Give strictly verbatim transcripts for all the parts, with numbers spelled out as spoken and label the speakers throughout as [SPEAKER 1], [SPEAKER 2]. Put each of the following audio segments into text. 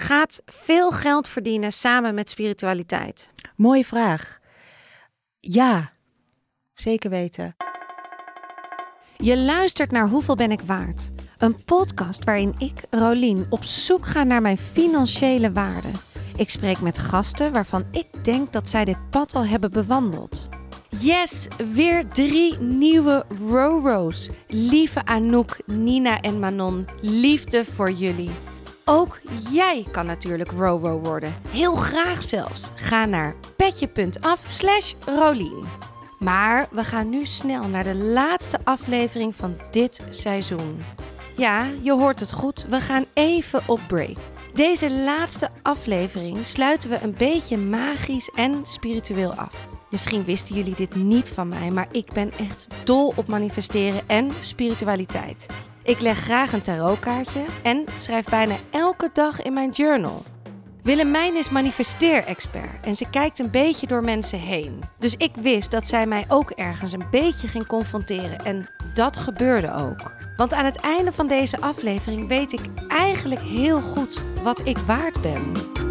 [SPEAKER 1] Gaat veel geld verdienen samen met spiritualiteit?
[SPEAKER 2] Mooie vraag. Ja, zeker weten.
[SPEAKER 1] Je luistert naar Hoeveel ben ik waard? Een podcast waarin ik, Rolien, op zoek ga naar mijn financiële waarde. Ik spreek met gasten waarvan ik denk dat zij dit pad al hebben bewandeld. Yes, weer drie nieuwe Roro's. Lieve Anouk, Nina en Manon, liefde voor jullie. Ook jij kan natuurlijk Roro worden. Heel graag zelfs. Ga naar petje.af slash Rolien. Maar we gaan nu snel naar de laatste aflevering van dit seizoen. Ja, je hoort het goed. We gaan even op break. Deze laatste aflevering sluiten we een beetje magisch en spiritueel af. Misschien wisten jullie dit niet van mij, maar ik ben echt dol op manifesteren en spiritualiteit. Ik leg graag een tarotkaartje en schrijf bijna elke dag in mijn journal. Willemijn is manifesteer-expert en ze kijkt een beetje door mensen heen. Dus ik wist dat zij mij ook ergens een beetje ging confronteren en dat gebeurde ook. Want aan het einde van deze aflevering weet ik eigenlijk heel goed wat ik waard ben.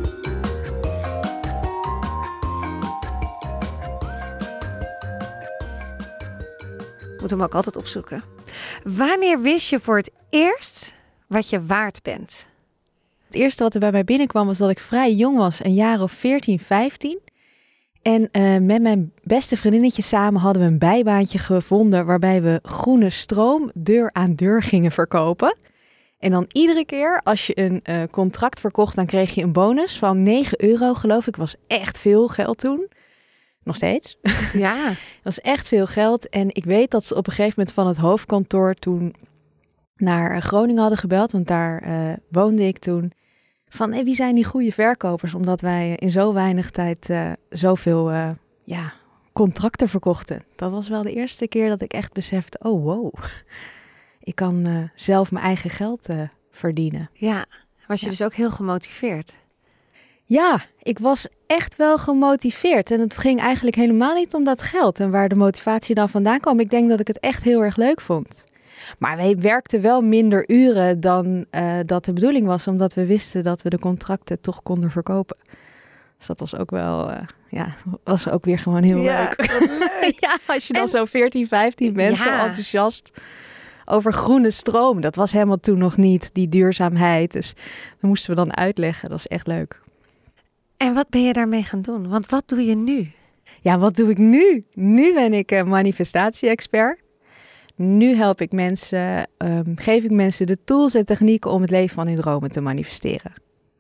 [SPEAKER 1] Moet hem ook altijd opzoeken. Wanneer wist je voor het eerst wat je waard bent?
[SPEAKER 2] Het eerste wat er bij mij binnenkwam was dat ik vrij jong was, een jaar of veertien, vijftien. En uh, met mijn beste vriendinnetje samen hadden we een bijbaantje gevonden waarbij we groene stroom deur aan deur gingen verkopen. En dan iedere keer als je een uh, contract verkocht, dan kreeg je een bonus van negen euro, geloof ik. Was echt veel geld toen. Nog steeds.
[SPEAKER 1] Ja.
[SPEAKER 2] Dat was echt veel geld. En ik weet dat ze op een gegeven moment van het hoofdkantoor toen naar Groningen hadden gebeld. Want daar uh, woonde ik toen. Van hey, wie zijn die goede verkopers? Omdat wij in zo weinig tijd uh, zoveel uh, ja, contracten verkochten. Dat was wel de eerste keer dat ik echt besefte, oh wow. Ik kan uh, zelf mijn eigen geld uh, verdienen.
[SPEAKER 1] Ja, was je ja. dus ook heel gemotiveerd?
[SPEAKER 2] Ja, ik was echt wel gemotiveerd. En het ging eigenlijk helemaal niet om dat geld. En waar de motivatie dan vandaan kwam. Ik denk dat ik het echt heel erg leuk vond. Maar wij werkten wel minder uren dan uh, dat de bedoeling was. Omdat we wisten dat we de contracten toch konden verkopen. Dus dat was ook wel, uh, ja, was ook weer gewoon heel
[SPEAKER 1] ja,
[SPEAKER 2] leuk.
[SPEAKER 1] leuk.
[SPEAKER 2] Ja, als je dan en, zo veertien, vijftien bent, ja. zo enthousiast over groene stroom. Dat was helemaal toen nog niet, die duurzaamheid. Dus dat moesten we dan uitleggen. Dat is echt leuk.
[SPEAKER 1] En wat ben je daarmee gaan doen? Want wat doe je nu?
[SPEAKER 2] Ja, wat doe ik nu? Nu ben ik een manifestatie-expert. Nu help ik mensen, um, geef ik mensen de tools en technieken om het leven van hun dromen te manifesteren.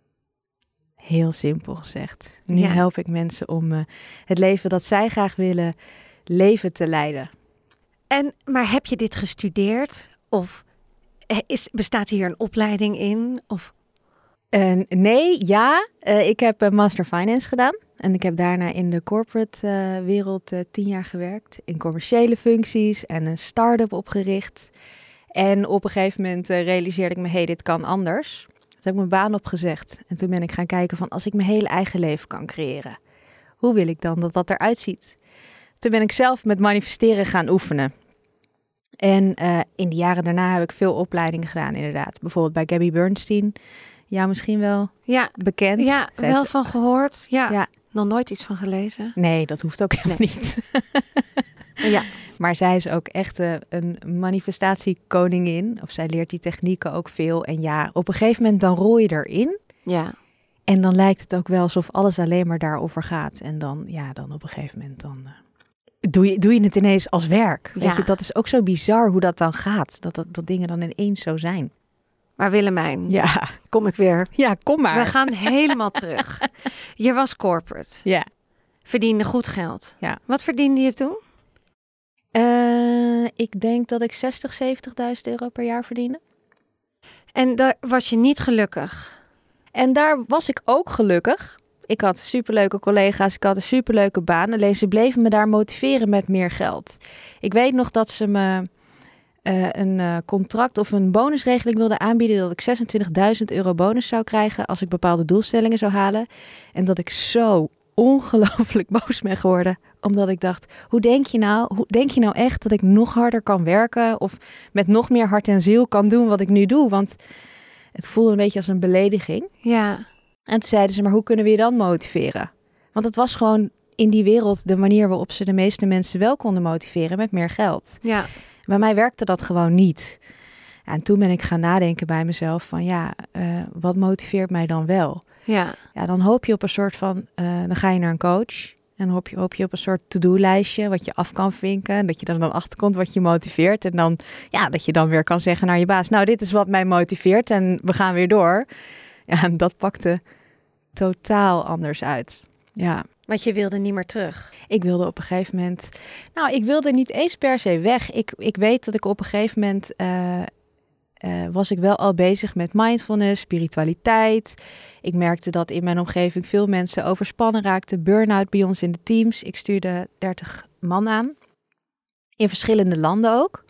[SPEAKER 2] Heel simpel gezegd. Nu ja. help ik mensen om uh, het leven dat zij graag willen leven te leiden.
[SPEAKER 1] En, maar heb je dit gestudeerd? Of is, bestaat hier een opleiding in? Of...
[SPEAKER 2] Uh, nee, ja. Uh, ik heb uh, Master Finance gedaan. En ik heb daarna in de corporate uh, wereld uh, tien jaar gewerkt. In commerciële functies en een start-up opgericht. En op een gegeven moment uh, realiseerde ik me, hé, hey, dit kan anders. Toen heb ik mijn baan opgezegd. En toen ben ik gaan kijken van, als ik mijn hele eigen leven kan creëren. Hoe wil ik dan dat dat eruit ziet? Toen ben ik zelf met manifesteren gaan oefenen. En uh, in de jaren daarna heb ik veel opleidingen gedaan, inderdaad. Bijvoorbeeld bij Gabby Bernstein. Ja, misschien wel ja, bekend.
[SPEAKER 1] Ja, Zij wel is... van gehoord. Ja.
[SPEAKER 2] ja,
[SPEAKER 1] nog nooit iets van gelezen.
[SPEAKER 2] Nee, dat hoeft ook helemaal nee. niet. ja. Maar zij is ook echt uh, een manifestatiekoningin. Of zij leert die technieken ook veel. En ja, op een gegeven moment dan rol je erin.
[SPEAKER 1] Ja.
[SPEAKER 2] En dan lijkt het ook wel alsof alles alleen maar daarover gaat. En dan, ja, dan op een gegeven moment dan... Uh, Doe je, doe je het ineens als werk. Weet
[SPEAKER 1] ja.
[SPEAKER 2] je, dat is ook zo bizar hoe dat dan gaat. Dat, dat, dat dingen dan ineens zo zijn.
[SPEAKER 1] Maar Willemijn,
[SPEAKER 2] ja.
[SPEAKER 1] kom ik weer.
[SPEAKER 2] Ja, kom maar.
[SPEAKER 1] We gaan helemaal terug. Je was corporate.
[SPEAKER 2] Ja.
[SPEAKER 1] Verdiende goed geld.
[SPEAKER 2] Ja.
[SPEAKER 1] Wat verdiende je toen?
[SPEAKER 2] Uh, ik denk dat ik zestig, zeventigduizend euro per jaar verdiende.
[SPEAKER 1] En daar was je niet gelukkig?
[SPEAKER 2] En daar was ik ook gelukkig. Ik had superleuke collega's, ik had een superleuke baan. Alleen ze bleven me daar motiveren met meer geld. Ik weet nog dat ze me uh, een uh, contract of een bonusregeling wilden aanbieden... dat ik zesentwintigduizend euro bonus zou krijgen als ik bepaalde doelstellingen zou halen. En dat ik zo ongelooflijk boos ben geworden. Omdat ik dacht, hoe denk je nou, hoe denk je nou echt dat ik nog harder kan werken... of met nog meer hart en ziel kan doen wat ik nu doe? Want het voelde een beetje als een belediging.
[SPEAKER 1] Ja.
[SPEAKER 2] En toen zeiden ze, maar hoe kunnen we je dan motiveren? Want het was gewoon in die wereld de manier waarop ze de meeste mensen wel konden motiveren met meer geld.
[SPEAKER 1] Ja.
[SPEAKER 2] Bij mij werkte dat gewoon niet. Ja, en toen ben ik gaan nadenken bij mezelf van ja, uh, wat motiveert mij dan wel?
[SPEAKER 1] Ja.
[SPEAKER 2] Ja, dan hoop je op een soort van, uh, dan ga je naar een coach en dan hoop je, hoop je op een soort to-do-lijstje wat je af kan vinken. En dat je er dan achterkomt wat je motiveert. En dan, ja, dat je dan weer kan zeggen naar je baas, nou, dit is wat mij motiveert en we gaan weer door. Ja, en dat pakte totaal anders uit. Ja.
[SPEAKER 1] Want je wilde niet meer terug.
[SPEAKER 2] Ik wilde op een gegeven moment, nou, ik wilde niet eens per se weg. Ik, ik weet dat ik op een gegeven moment uh, Uh, was ik wel al bezig met mindfulness, spiritualiteit. Ik merkte dat in mijn omgeving veel mensen overspannen raakten. Burn-out bij ons in de teams. Ik stuurde dertig man aan. In verschillende landen ook.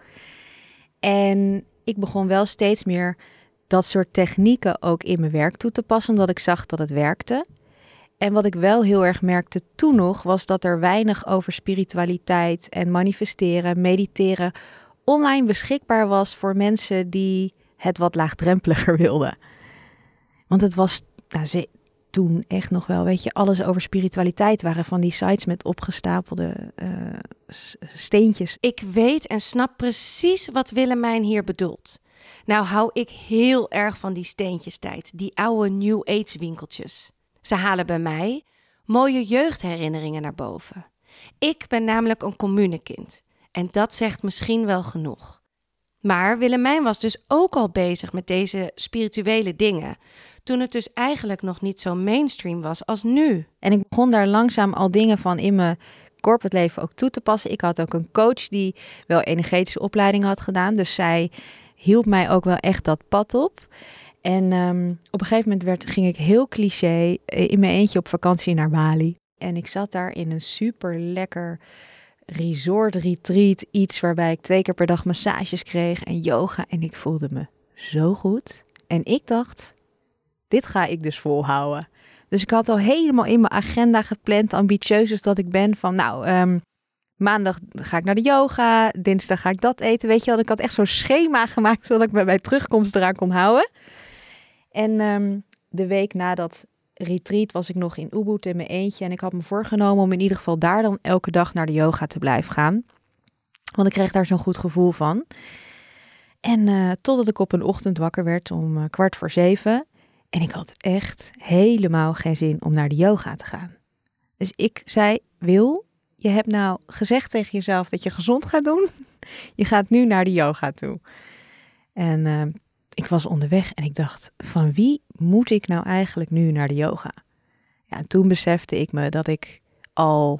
[SPEAKER 2] En ik begon wel steeds meer dat soort technieken ook in mijn werk toe te passen. Omdat ik zag dat het werkte. En wat ik wel heel erg merkte toen nog, was dat er weinig over spiritualiteit en manifesteren, mediteren online beschikbaar was voor mensen die het wat laagdrempeliger wilden. Want het was nou, ze, toen echt nog wel, weet je, alles over spiritualiteit waren van die sites met opgestapelde uh, steentjes.
[SPEAKER 1] Ik weet en snap precies wat Willemijn hier bedoelt. Nou hou ik heel erg van die steentjestijd, die oude New Age winkeltjes. Ze halen bij mij mooie jeugdherinneringen naar boven. Ik ben namelijk een communekind. En dat zegt misschien wel genoeg. Maar Willemijn was dus ook al bezig met deze spirituele dingen, toen het dus eigenlijk nog niet zo mainstream was als nu.
[SPEAKER 2] En ik begon daar langzaam al dingen van in mijn corporate leven ook toe te passen. Ik had ook een coach die wel energetische opleiding had gedaan, dus zij hielp mij ook wel echt dat pad op. En um, op een gegeven moment werd, ging ik heel cliché in mijn eentje op vakantie naar Bali. En ik zat daar in een super lekker resort retreat, iets waarbij ik twee keer per dag massages kreeg en yoga. En ik voelde me zo goed. En ik dacht, dit ga ik dus volhouden. Dus ik had al helemaal in mijn agenda gepland, ambitieus als dat ik ben, van nou, um, maandag ga ik naar de yoga, dinsdag ga ik dat eten. Weet je wel, ik had echt zo'n schema gemaakt, zodat ik bij mijn terugkomst eraan kon houden. En um, de week na dat retreat was ik nog in Ubud in mijn eentje. En ik had me voorgenomen om in ieder geval daar dan elke dag naar de yoga te blijven gaan. Want ik kreeg daar zo'n goed gevoel van. En uh, totdat ik op een ochtend wakker werd om uh, kwart voor zeven. En ik had echt helemaal geen zin om naar de yoga te gaan. Dus ik zei, Wil, je hebt nou gezegd tegen jezelf dat je gezond gaat doen. Je gaat nu naar de yoga toe. En uh, ik was onderweg en ik dacht, van wie moet ik nou eigenlijk nu naar de yoga? Ja, en toen besefte ik me dat ik al,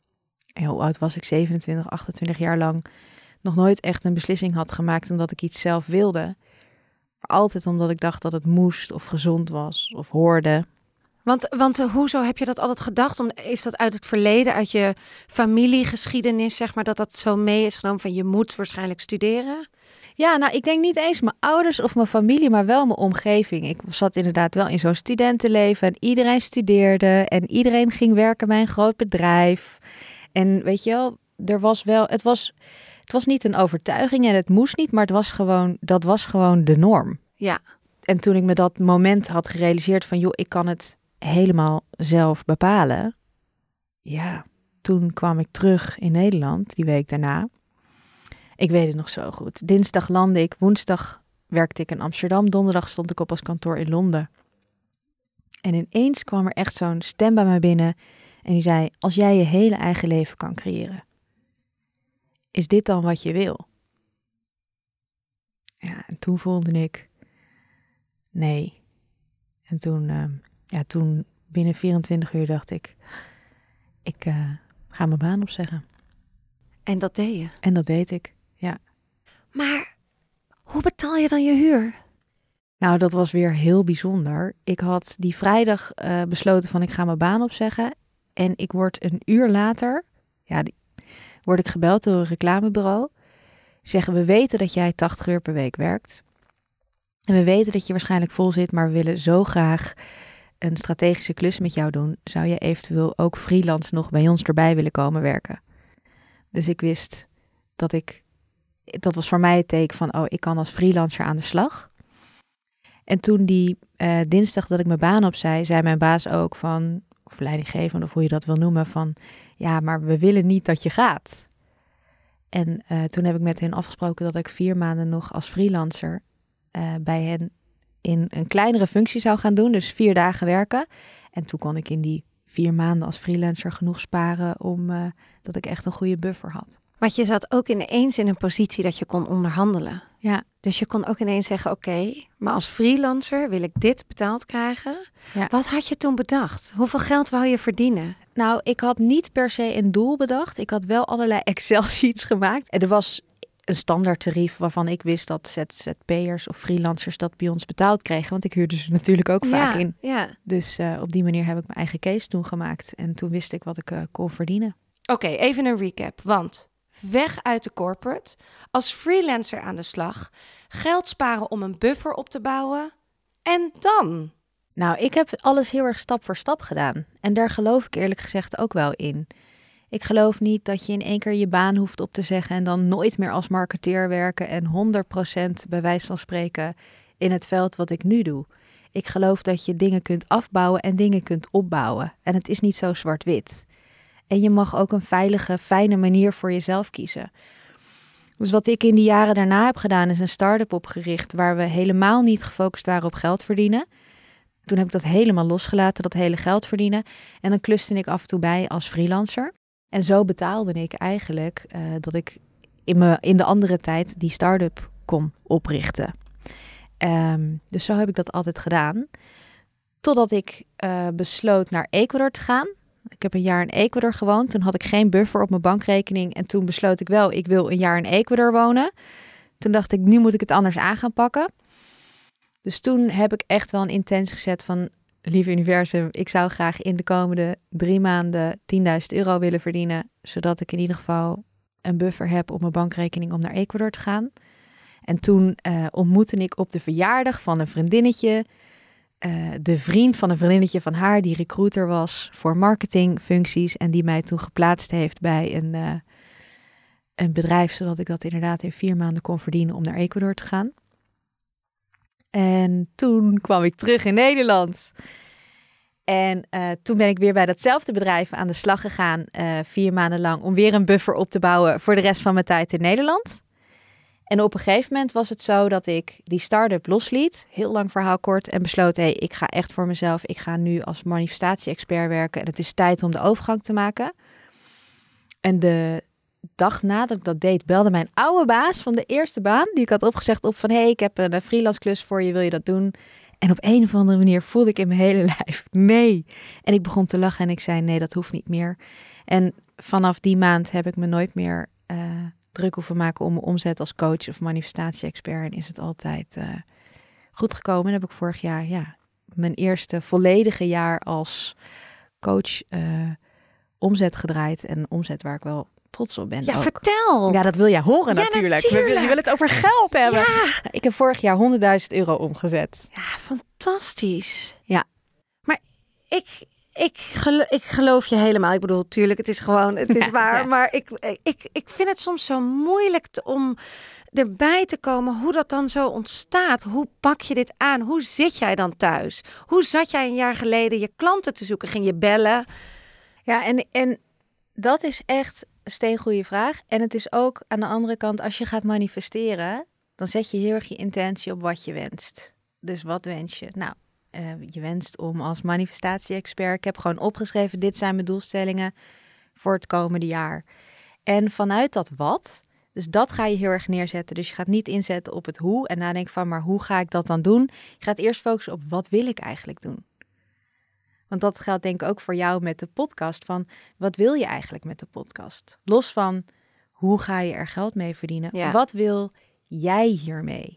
[SPEAKER 2] hoe oud was ik, zevenentwintig, achtentwintig jaar lang, nog nooit echt een beslissing had gemaakt omdat ik iets zelf wilde. Maar altijd omdat ik dacht dat het moest of gezond was of hoorde.
[SPEAKER 1] Want, want uh, hoezo heb je dat altijd gedacht? Om, is dat uit het verleden, uit je familiegeschiedenis, zeg maar, dat dat zo mee is genomen van je moet waarschijnlijk studeren?
[SPEAKER 2] Ja, nou, ik denk niet eens mijn ouders of mijn familie, maar wel mijn omgeving. Ik zat inderdaad wel in zo'n studentenleven en iedereen studeerde en iedereen ging werken bij een groot bedrijf. En weet je wel, er was wel, het was, het was niet een overtuiging en het moest niet, maar het was gewoon, dat was gewoon de norm.
[SPEAKER 1] Ja.
[SPEAKER 2] En toen ik me dat moment had gerealiseerd van, joh, ik kan het helemaal zelf bepalen. Ja, toen kwam ik terug in Nederland, die week daarna. Ik weet het nog zo goed. Dinsdag landde ik, woensdag werkte ik in Amsterdam, donderdag stond ik op als kantoor in Londen. En ineens kwam er echt zo'n stem bij mij binnen en die zei, als jij je hele eigen leven kan creëren, is dit dan wat je wil? Ja, en toen voelde ik, nee. En toen, uh, ja, toen binnen vierentwintig uur dacht ik, ik uh, ga mijn baan opzeggen.
[SPEAKER 1] En dat deed je?
[SPEAKER 2] En dat deed ik, ja.
[SPEAKER 1] Maar hoe betaal je dan je huur?
[SPEAKER 2] Nou, dat was weer heel bijzonder. Ik had die vrijdag uh, besloten van ik ga mijn baan opzeggen. En ik word een uur later, ja, die, word ik gebeld door een reclamebureau. Zeggen, we weten dat jij tachtig uur per week werkt. En we weten dat je waarschijnlijk vol zit, maar we willen zo graag een strategische klus met jou doen. Zou je eventueel ook freelance nog bij ons erbij willen komen werken? Dus ik wist dat ik, dat was voor mij het teken van, oh, ik kan als freelancer aan de slag. En toen die uh, dinsdag dat ik mijn baan opzij, zei mijn baas ook van, of leidinggevende of hoe je dat wil noemen, van ja, maar we willen niet dat je gaat. En uh, toen heb ik met hen afgesproken dat ik vier maanden nog als freelancer uh, bij hen in een kleinere functie zou gaan doen. Dus vier dagen werken. En toen kon ik in die vier maanden als freelancer genoeg sparen om uh, dat ik echt een goede buffer had.
[SPEAKER 1] Want je zat ook ineens in een positie dat je kon onderhandelen.
[SPEAKER 2] Ja.
[SPEAKER 1] Dus je kon ook ineens zeggen, oké, okay, maar als freelancer wil ik dit betaald krijgen.
[SPEAKER 2] Ja.
[SPEAKER 1] Wat had je toen bedacht? Hoeveel geld wou je verdienen?
[SPEAKER 2] Nou, ik had niet per se een doel bedacht. Ik had wel allerlei Excel-sheets gemaakt. En er was een standaard tarief waarvan ik wist dat Z Z P'ers of freelancers dat bij ons betaald kregen. Want ik huurde ze natuurlijk ook vaak
[SPEAKER 1] ja,
[SPEAKER 2] in.
[SPEAKER 1] Ja.
[SPEAKER 2] Dus uh, op die manier heb ik mijn eigen case toen gemaakt. En toen wist ik wat ik uh, kon verdienen.
[SPEAKER 1] Oké, okay, even een recap. Want weg uit de corporate, als freelancer aan de slag, geld sparen om een buffer op te bouwen. En dan?
[SPEAKER 2] Nou, ik heb alles heel erg stap voor stap gedaan. En daar geloof ik eerlijk gezegd ook wel in. Ik geloof niet dat je in één keer je baan hoeft op te zeggen en dan nooit meer als marketeer werken en honderd procent bij wijze van spreken in het veld wat ik nu doe. Ik geloof dat je dingen kunt afbouwen en dingen kunt opbouwen. En het is niet zo zwart-wit. En je mag ook een veilige, fijne manier voor jezelf kiezen. Dus wat ik in de jaren daarna heb gedaan is een start-up opgericht waar we helemaal niet gefocust waren op geld verdienen. Toen heb ik dat helemaal losgelaten, dat hele geld verdienen. En dan kluste ik af en toe bij als freelancer. En zo betaalde ik eigenlijk uh, dat ik in, me, in de andere tijd die start-up kon oprichten. Um, dus zo heb ik dat altijd gedaan. Totdat ik uh, besloot naar Ecuador te gaan. Ik heb een jaar in Ecuador gewoond. Toen had ik geen buffer op mijn bankrekening. En toen besloot ik wel, ik wil een jaar in Ecuador wonen. Toen dacht ik, nu moet ik het anders aan gaan pakken. Dus toen heb ik echt wel een intentie gezet van, lieve universum, ik zou graag in de komende drie maanden tienduizend euro willen verdienen. Zodat ik in ieder geval een buffer heb op mijn bankrekening om naar Ecuador te gaan. En toen uh, ontmoette ik op de verjaardag van een vriendinnetje, uh, de vriend van een vriendinnetje van haar, die recruiter was voor marketingfuncties. En die mij toen geplaatst heeft bij een, uh, een bedrijf, zodat ik dat inderdaad in vier maanden kon verdienen om naar Ecuador te gaan. En toen kwam ik terug in Nederland. En uh, toen ben ik weer bij datzelfde bedrijf aan de slag gegaan, uh, vier maanden lang, om weer een buffer op te bouwen voor de rest van mijn tijd in Nederland. En op een gegeven moment was het zo dat ik die start-up losliet, heel lang verhaal kort, en besloot, hé, hey, ik ga echt voor mezelf, ik ga nu als manifestatie-expert werken en het is tijd om de overgang te maken. En de dag nadat ik dat deed, belde mijn oude baas van de eerste baan, die ik had opgezegd, op van, hé, hey, ik heb een freelance klus voor je, wil je dat doen? En op een of andere manier voelde ik in mijn hele lijf, nee. En ik begon te lachen en ik zei, nee, dat hoeft niet meer. En vanaf die maand heb ik me nooit meer uh, druk hoeven maken om mijn omzet als coach of manifestatie-expert. En is het altijd uh, goed gekomen. En heb ik vorig jaar, ja, mijn eerste volledige jaar als coach uh, omzet gedraaid. En omzet waar ik wel trots op ben.
[SPEAKER 1] Ja,
[SPEAKER 2] ook.
[SPEAKER 1] Vertel.
[SPEAKER 2] Ja, dat wil jij horen
[SPEAKER 1] ja,
[SPEAKER 2] natuurlijk.
[SPEAKER 1] natuurlijk.
[SPEAKER 2] We wil, je wil het over geld hebben.
[SPEAKER 1] Ja.
[SPEAKER 2] Ik heb vorig jaar honderdduizend euro omgezet.
[SPEAKER 1] Ja, fantastisch.
[SPEAKER 2] Ja.
[SPEAKER 1] Maar ik, ik, gelo- ik geloof je helemaal. Ik bedoel, tuurlijk, het is gewoon, het is
[SPEAKER 2] ja,
[SPEAKER 1] waar.
[SPEAKER 2] Ja.
[SPEAKER 1] Maar ik, ik, ik vind het soms zo moeilijk te, om erbij te komen hoe dat dan zo ontstaat. Hoe pak je dit aan? Hoe zit jij dan thuis? Hoe zat jij een jaar geleden je klanten te zoeken? Ging je bellen?
[SPEAKER 2] Ja, en, en dat is echt een steengoeie vraag. En het is ook aan de andere kant, als je gaat manifesteren, dan zet je heel erg je intentie op wat je wenst. Dus wat wens je? Nou, uh, je wenst om als manifestatie-expert, ik heb gewoon opgeschreven, dit zijn mijn doelstellingen voor het komende jaar. En vanuit dat wat, dus dat ga je heel erg neerzetten. Dus je gaat niet inzetten op het hoe en nadenken van, maar hoe ga ik dat dan doen? Je gaat eerst focussen op, wat wil ik eigenlijk doen? Want dat geldt denk ik ook voor jou met de podcast. Van, wat wil je eigenlijk met de podcast? Los van, hoe ga je er geld mee verdienen?
[SPEAKER 1] Ja.
[SPEAKER 2] Wat wil jij hiermee?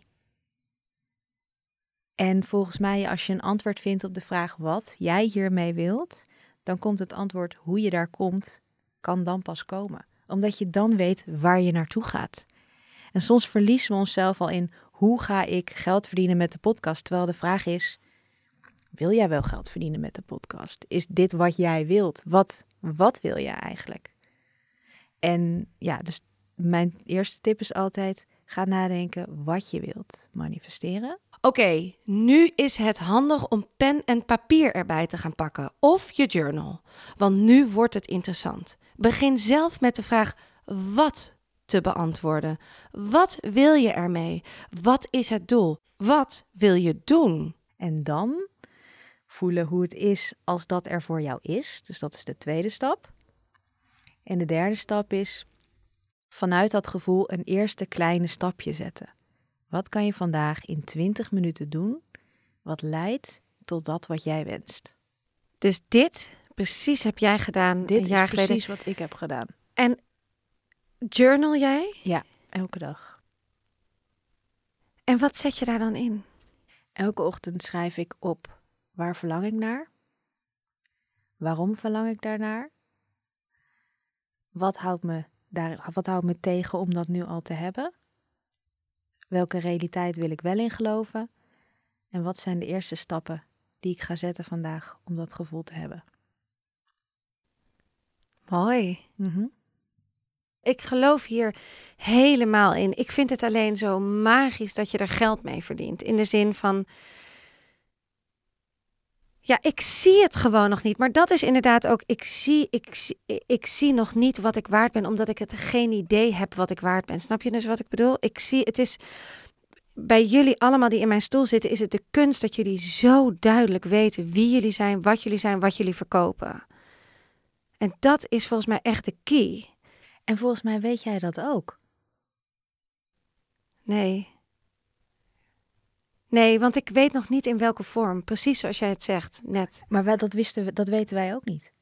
[SPEAKER 2] En volgens mij, als je een antwoord vindt op de vraag wat jij hiermee wilt, dan komt het antwoord hoe je daar komt, kan dan pas komen. Omdat je dan weet waar je naartoe gaat. En soms verliezen we onszelf al in, hoe ga ik geld verdienen met de podcast? Terwijl de vraag is, wil jij wel geld verdienen met de podcast? Is dit wat jij wilt? Wat, wat wil jij eigenlijk? En ja, dus mijn eerste tip is altijd, ga nadenken wat je wilt manifesteren.
[SPEAKER 1] Oké, okay, nu is het handig om pen en papier erbij te gaan pakken. Of je journal. Want nu wordt het interessant. Begin zelf met de vraag wat te beantwoorden. Wat wil je ermee? Wat is het doel? Wat wil je doen?
[SPEAKER 2] En dan voelen hoe het is als dat er voor jou is. Dus dat is de tweede stap. En de derde stap is vanuit dat gevoel een eerste kleine stapje zetten. Wat kan je vandaag in twintig minuten doen wat leidt tot dat wat jij wenst?
[SPEAKER 1] Dus dit precies heb jij gedaan
[SPEAKER 2] Dit
[SPEAKER 1] een jaar
[SPEAKER 2] is
[SPEAKER 1] geleden.
[SPEAKER 2] precies wat ik heb gedaan.
[SPEAKER 1] En journal jij?
[SPEAKER 2] Ja, elke dag.
[SPEAKER 1] En wat zet je daar dan in?
[SPEAKER 2] Elke ochtend schrijf ik op waar verlang ik naar? Waarom verlang ik daarnaar? Wat houdt me, daar, wat houdt me tegen om dat nu al te hebben? Welke realiteit wil ik wel in geloven? En wat zijn de eerste stappen die ik ga zetten vandaag om dat gevoel te hebben?
[SPEAKER 1] Mooi.
[SPEAKER 2] Mm-hmm.
[SPEAKER 1] Ik geloof hier helemaal in. Ik vind het alleen zo magisch dat je er geld mee verdient. In de zin van, ja, ik zie het gewoon nog niet. Maar dat is inderdaad ook, ik zie, ik, zie, ik zie nog niet wat ik waard ben, omdat ik het geen idee heb wat ik waard ben. Snap je dus wat ik bedoel? Ik zie, het is, bij jullie allemaal die in mijn stoel zitten, is het de kunst dat jullie zo duidelijk weten wie jullie zijn, wat jullie zijn, wat jullie verkopen. En dat is volgens mij echt de key.
[SPEAKER 2] En volgens mij weet jij dat ook.
[SPEAKER 1] Nee. Nee, want ik weet nog niet in welke vorm. Precies zoals jij het zegt, net.
[SPEAKER 2] Maar wij, dat, wisten we, dat weten wij ook niet.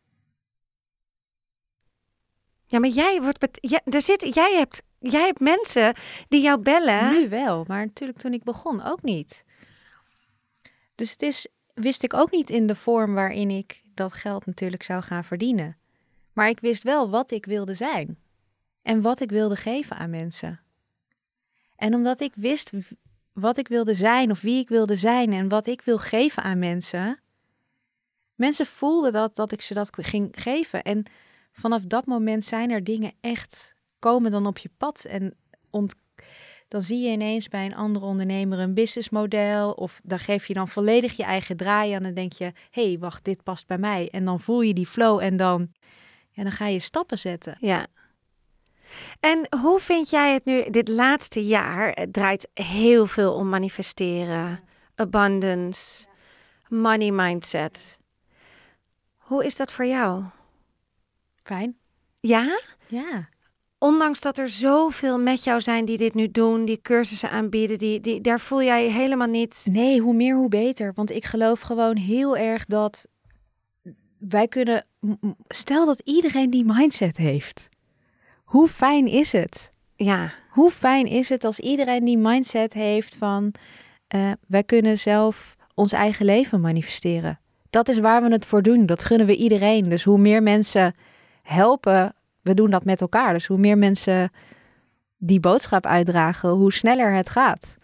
[SPEAKER 1] Ja, maar jij wordt... Bet- ja, er zit, jij, hebt, jij hebt mensen die jou bellen.
[SPEAKER 2] Nu wel, maar natuurlijk toen ik begon ook niet. Dus het is, wist ik ook niet in de vorm waarin ik dat geld natuurlijk zou gaan verdienen. Maar ik wist wel wat ik wilde zijn. En wat ik wilde geven aan mensen. En omdat ik wist wat ik wilde zijn of wie ik wilde zijn en wat ik wil geven aan mensen. Mensen voelden dat, dat ik ze dat ging geven. En vanaf dat moment zijn er dingen echt, komen dan op je pad. En ont, dan zie je ineens bij een andere ondernemer een businessmodel. Of daar geef je dan volledig je eigen draai aan. En dan denk je, hé, hey, wacht, dit past bij mij. En dan voel je die flow en dan, ja, dan ga je stappen zetten.
[SPEAKER 1] Ja. En hoe vind jij het nu, dit laatste jaar? Het draait heel veel om manifesteren, abundance, money mindset. Hoe is dat voor jou?
[SPEAKER 2] Fijn.
[SPEAKER 1] Ja?
[SPEAKER 2] Ja.
[SPEAKER 1] Ondanks dat er zoveel met jou zijn die dit nu doen, die cursussen aanbieden, die, die, daar voel jij je helemaal niet...
[SPEAKER 2] Nee, hoe meer hoe beter. Want ik geloof gewoon heel erg dat wij kunnen... Stel dat iedereen die mindset heeft. Hoe fijn is het?
[SPEAKER 1] Ja.
[SPEAKER 2] Hoe fijn is het als iedereen die mindset heeft van... Uh, wij kunnen zelf ons eigen leven manifesteren. Dat is waar we het voor doen. Dat gunnen we iedereen. Dus hoe meer mensen helpen, we doen dat met elkaar. Dus hoe meer mensen die boodschap uitdragen, hoe sneller het gaat.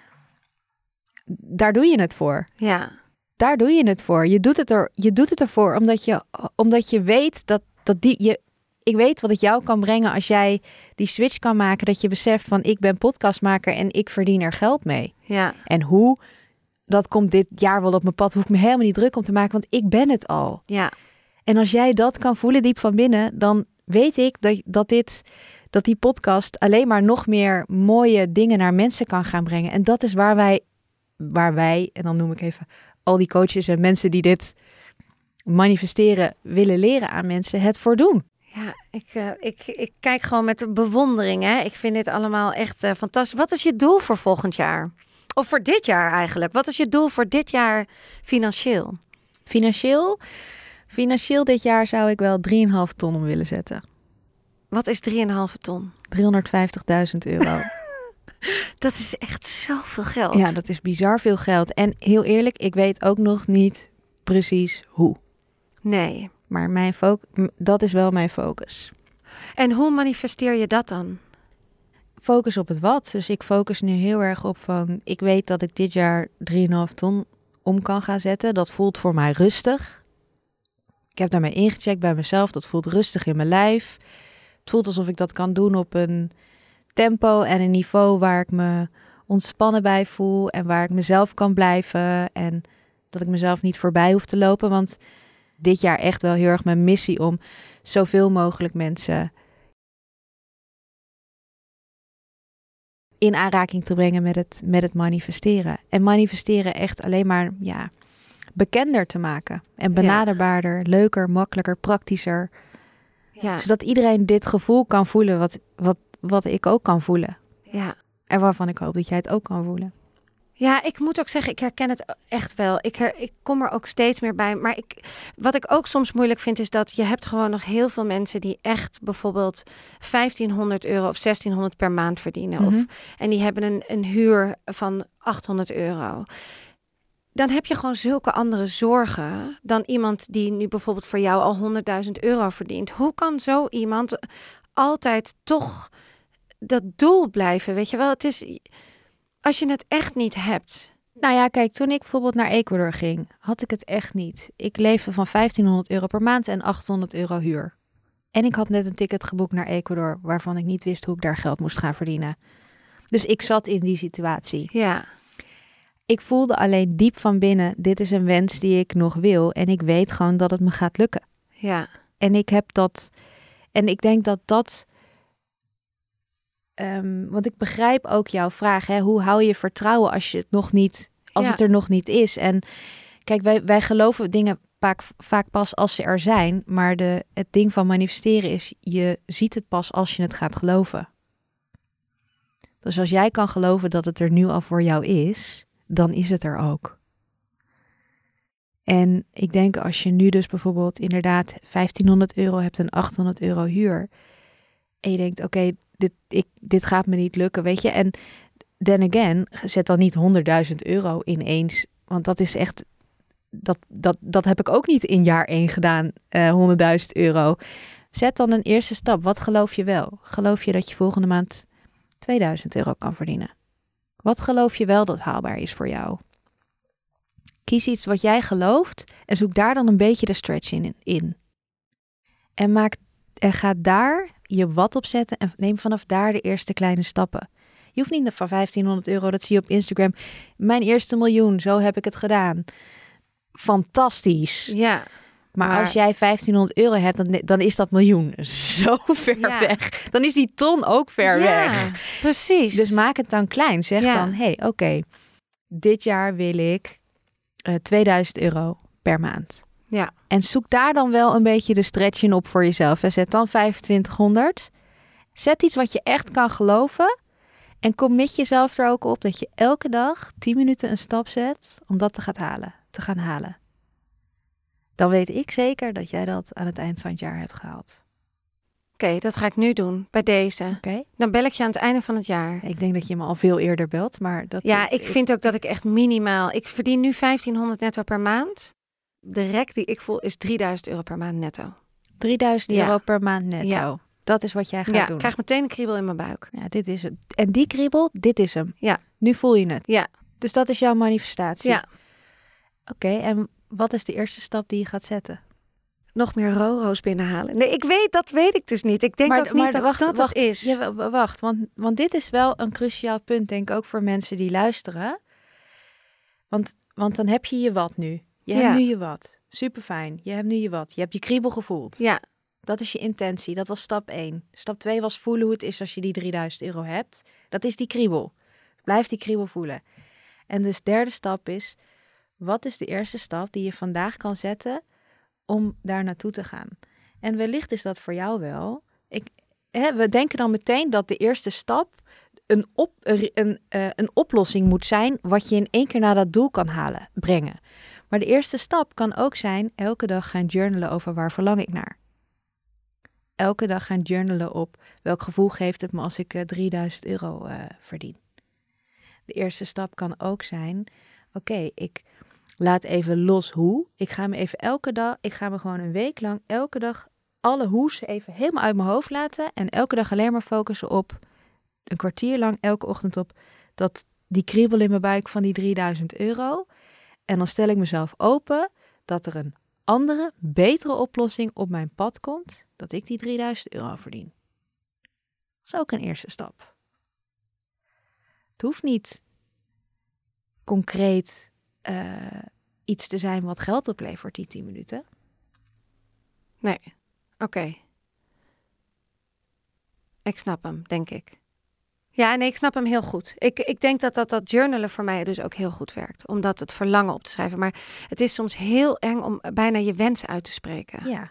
[SPEAKER 2] Daar doe je het voor.
[SPEAKER 1] Ja.
[SPEAKER 2] Daar doe je het voor. Je doet het, er, je doet het ervoor omdat je, omdat je weet dat, dat die... Je, ik weet wat het jou kan brengen als jij die switch kan maken. Dat je beseft van ik ben podcastmaker en ik verdien er geld mee.
[SPEAKER 1] Ja.
[SPEAKER 2] En hoe, dat komt dit jaar wel op mijn pad. Hoef ik me helemaal niet druk om te maken, want ik ben het al.
[SPEAKER 1] Ja.
[SPEAKER 2] En als jij dat kan voelen diep van binnen, dan weet ik dat, dat, dit, dat die podcast alleen maar nog meer mooie dingen naar mensen kan gaan brengen. En dat is waar wij, waar wij, en dan noem ik even al die coaches en mensen die dit manifesteren willen leren aan mensen, het voor doen.
[SPEAKER 1] Ja, ik, uh, ik, ik kijk gewoon met bewondering. Hè? Ik vind dit allemaal echt uh, fantastisch. Wat is je doel voor volgend jaar? Of voor dit jaar eigenlijk? Wat is je doel voor dit jaar financieel?
[SPEAKER 2] Financieel? Financieel dit jaar zou ik wel drie komma vijf ton om willen zetten.
[SPEAKER 1] Wat is drie komma vijf ton?
[SPEAKER 2] driehonderdvijftigduizend euro.
[SPEAKER 1] Dat is echt zoveel geld.
[SPEAKER 2] Ja, dat is bizar veel geld. En heel eerlijk, ik weet ook nog niet precies hoe.
[SPEAKER 1] Nee.
[SPEAKER 2] Maar mijn fo- dat is wel mijn focus.
[SPEAKER 1] En hoe manifesteer je dat dan?
[SPEAKER 2] Focus op het wat. Dus ik focus nu heel erg op van... Ik weet dat ik dit jaar drie komma vijf ton om kan gaan zetten. Dat voelt voor mij rustig. Ik heb daarmee ingecheckt bij mezelf. Dat voelt rustig in mijn lijf. Het voelt alsof ik dat kan doen op een tempo en een niveau waar ik me ontspannen bij voel en waar ik mezelf kan blijven en dat ik mezelf niet voorbij hoef te lopen. Want dit jaar echt wel heel erg mijn missie om zoveel mogelijk mensen in aanraking te brengen met het, met het manifesteren. En manifesteren echt alleen maar ja, bekender te maken. En benaderbaarder, ja. leuker, makkelijker, praktischer. Ja. Zodat iedereen dit gevoel kan voelen wat, wat, wat ik ook kan voelen.
[SPEAKER 1] Ja.
[SPEAKER 2] En waarvan ik hoop dat jij het ook kan voelen.
[SPEAKER 1] Ja, ik moet ook zeggen, ik herken het echt wel. Ik, her, ik kom er ook steeds meer bij. Maar ik, wat ik ook soms moeilijk vind, is dat je hebt gewoon nog heel veel mensen die echt bijvoorbeeld vijftienhonderd euro of zestienhonderd per maand verdienen. Mm-hmm. Of, en die hebben een, een huur van achthonderd euro. Dan heb je gewoon zulke andere zorgen dan iemand die nu bijvoorbeeld voor jou al honderdduizend euro verdient. Hoe kan zo iemand altijd toch dat doel blijven? Weet je wel, het is... Als je het echt niet hebt.
[SPEAKER 2] Nou ja, kijk, toen ik bijvoorbeeld naar Ecuador ging, had ik het echt niet. Ik leefde van vijftienhonderd euro per maand en achthonderd euro huur. En ik had net een ticket geboekt naar Ecuador, waarvan ik niet wist hoe ik daar geld moest gaan verdienen. Dus ik zat in die situatie.
[SPEAKER 1] Ja.
[SPEAKER 2] Ik voelde alleen diep van binnen, dit is een wens die ik nog wil. En ik weet gewoon dat het me gaat lukken.
[SPEAKER 1] Ja.
[SPEAKER 2] En ik heb dat... En ik denk dat dat... Um, want ik begrijp ook jouw vraag, hè? Hoe hou je vertrouwen als je het nog niet, als ja. het er nog niet is? En kijk, wij, wij geloven dingen vaak, vaak pas als ze er zijn, maar de, het ding van manifesteren is, je ziet het pas als je het gaat geloven. Dus als jij kan geloven dat het er nu al voor jou is, dan is het er ook. En ik denk als je nu dus bijvoorbeeld inderdaad vijftienhonderd euro hebt en achthonderd euro huur, en je denkt, oké, okay, dit, ik, dit gaat me niet lukken, weet je. En then again, zet dan niet honderdduizend euro ineens. Want dat is echt, dat, dat, dat heb ik ook niet in jaar één gedaan, uh, honderdduizend euro. Zet dan een eerste stap. Wat geloof je wel? Geloof je dat je volgende maand tweeduizend euro kan verdienen? Wat geloof je wel dat haalbaar is voor jou? Kies iets wat jij gelooft en zoek daar dan een beetje de stretch in. in. En maak En ga daar je wat op zetten en neem vanaf daar de eerste kleine stappen. Je hoeft niet van vijftienhonderd euro, dat zie je op Instagram. Mijn eerste miljoen, zo heb ik het gedaan. Fantastisch.
[SPEAKER 1] Ja.
[SPEAKER 2] Maar, maar als jij vijftienhonderd euro hebt, dan, dan is dat miljoen zo ver ja. weg. Dan is die ton ook ver
[SPEAKER 1] ja,
[SPEAKER 2] weg.
[SPEAKER 1] Precies.
[SPEAKER 2] Dus maak het dan klein. Zeg ja. dan, hé, hey, oké, okay, dit jaar wil ik uh, tweeduizend euro per maand.
[SPEAKER 1] Ja.
[SPEAKER 2] En zoek daar dan wel een beetje de stretch in op voor jezelf. En zet dan vijfentwintighonderd. Zet iets wat je echt kan geloven. En commit jezelf er ook op dat je elke dag tien minuten een stap zet om dat te gaan halen. Te gaan halen. Dan weet ik zeker dat jij dat aan het eind van het jaar hebt gehaald.
[SPEAKER 1] Oké, okay, dat ga ik nu doen, bij deze.
[SPEAKER 2] Okay.
[SPEAKER 1] Dan bel ik je aan het einde van het jaar.
[SPEAKER 2] Ik denk dat je me al veel eerder belt, maar dat...
[SPEAKER 1] Ja, ik, ik vind ook dat ik echt minimaal... Ik verdien nu vijftienhonderd netto per maand. De rek die ik voel is drieduizend euro per maand netto.
[SPEAKER 2] drieduizend euro ja. per maand netto. Ja. Dat is wat jij gaat
[SPEAKER 1] ja,
[SPEAKER 2] doen.
[SPEAKER 1] Ik krijg meteen een kriebel in mijn buik.
[SPEAKER 2] Ja, dit is het. En die kriebel, dit is hem.
[SPEAKER 1] Ja.
[SPEAKER 2] Nu voel je het.
[SPEAKER 1] Ja.
[SPEAKER 2] Dus dat is jouw manifestatie.
[SPEAKER 1] Ja.
[SPEAKER 2] Oké, okay, en wat is de eerste stap die je gaat zetten?
[SPEAKER 1] Nog meer roro's binnenhalen. Nee, ik weet, dat weet ik dus niet. Ik denk
[SPEAKER 2] maar,
[SPEAKER 1] ook niet
[SPEAKER 2] maar,
[SPEAKER 1] dat
[SPEAKER 2] wacht,
[SPEAKER 1] dat
[SPEAKER 2] wacht,
[SPEAKER 1] het is.
[SPEAKER 2] Ja, wacht, want, want dit is wel een cruciaal punt, denk ik, ook voor mensen die luisteren. Want, want dan heb je je wat nu. Je ja. hebt nu je wat. Super fijn. Je hebt nu je wat. Je hebt je kriebel gevoeld.
[SPEAKER 1] Ja.
[SPEAKER 2] Dat is je intentie. Dat was stap één. Stap twee was voelen hoe het is als je die drieduizend euro hebt. Dat is die kriebel. Blijf die kriebel voelen. En dus derde stap is, wat is de eerste stap die je vandaag kan zetten om daar naartoe te gaan? En wellicht is dat voor jou wel. Ik, hè, we denken dan meteen dat de eerste stap een, op, een, een, uh, een oplossing moet zijn wat je in één keer naar dat doel kan halen, brengen. Maar de eerste stap kan ook zijn elke dag gaan journalen over waar verlang ik naar. Elke dag gaan journalen op welk gevoel geeft het me als ik uh, drieduizend euro uh, verdien. De eerste stap kan ook zijn, oké, okay, ik laat even los hoe. Ik ga me even elke dag, ik ga me gewoon een week lang elke dag alle hoes even helemaal uit mijn hoofd laten. En elke dag alleen maar focussen op, een kwartier lang elke ochtend op, dat die kriebel in mijn buik van die drieduizend euro. En dan stel ik mezelf open dat er een andere, betere oplossing op mijn pad komt, dat ik die drieduizend euro verdien. Dat is ook een eerste stap. Het hoeft niet concreet uh, iets te zijn wat geld oplevert die tien minuten.
[SPEAKER 1] Nee, oké. Okay. Ik snap hem, denk ik. Ja, nee, ik snap hem heel goed. Ik, ik denk dat, dat dat journalen voor mij dus ook heel goed werkt. Om dat het verlangen op te schrijven. Maar het is soms heel eng om bijna je wens uit te spreken.
[SPEAKER 2] Ja.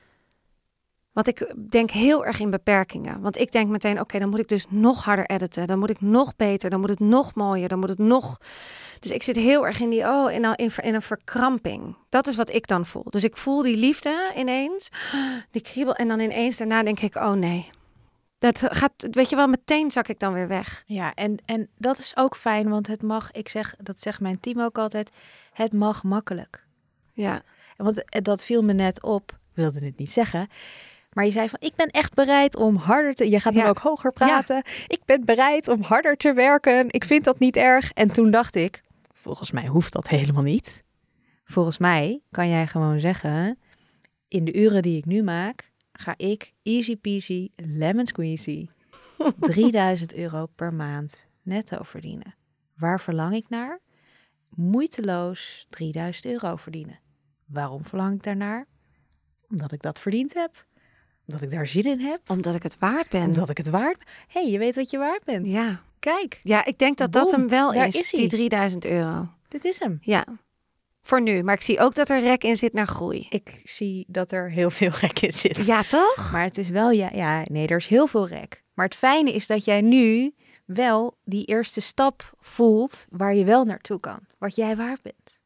[SPEAKER 1] Want ik denk heel erg in beperkingen. Want ik denk meteen, oké, okay, dan moet ik dus nog harder editen. Dan moet ik nog beter, dan moet het nog mooier, dan moet het nog... Dus ik zit heel erg in die, oh, in, in, in een verkramping. Dat is wat ik dan voel. Dus ik voel die liefde ineens, die kriebel. En dan ineens daarna denk ik, oh nee... Dat gaat, weet je wel, meteen zak ik dan weer weg.
[SPEAKER 2] Ja, en, en dat is ook fijn, want het mag, ik zeg, dat zegt mijn team ook altijd, het mag makkelijk.
[SPEAKER 1] Ja.
[SPEAKER 2] Want dat viel me net op, wilde het niet zeggen, maar je zei van, ik ben echt bereid om harder te, je gaat dan ja. ook hoger praten. Ja. Ik ben bereid om harder te werken, ik vind dat niet erg. En toen dacht ik, volgens mij hoeft dat helemaal niet. Volgens mij kan jij gewoon zeggen, in de uren die ik nu maak, ga ik easy peasy lemon squeezy drieduizend euro per maand netto verdienen. Waar verlang ik naar? Moeiteloos drieduizend euro verdienen. Waarom verlang ik daarnaar? Omdat ik dat verdiend heb. Omdat ik daar zin in heb.
[SPEAKER 1] Omdat ik het waard ben.
[SPEAKER 2] Omdat ik het waard ben. Hé, hey, je weet wat je waard bent.
[SPEAKER 1] Ja.
[SPEAKER 2] Kijk.
[SPEAKER 1] Ja, ik denk dat Boom, dat hem wel is,
[SPEAKER 2] is
[SPEAKER 1] die drieduizend euro.
[SPEAKER 2] Dit is hem.
[SPEAKER 1] Ja. Voor nu, maar ik zie ook dat er rek in zit naar groei.
[SPEAKER 2] Ik zie dat er heel veel rek in zit.
[SPEAKER 1] Ja, toch?
[SPEAKER 2] Maar het is wel, ja, ja, nee, er is heel veel rek. Maar het fijne is dat jij nu wel die eerste stap voelt waar je wel naartoe kan. Wat jij waard bent.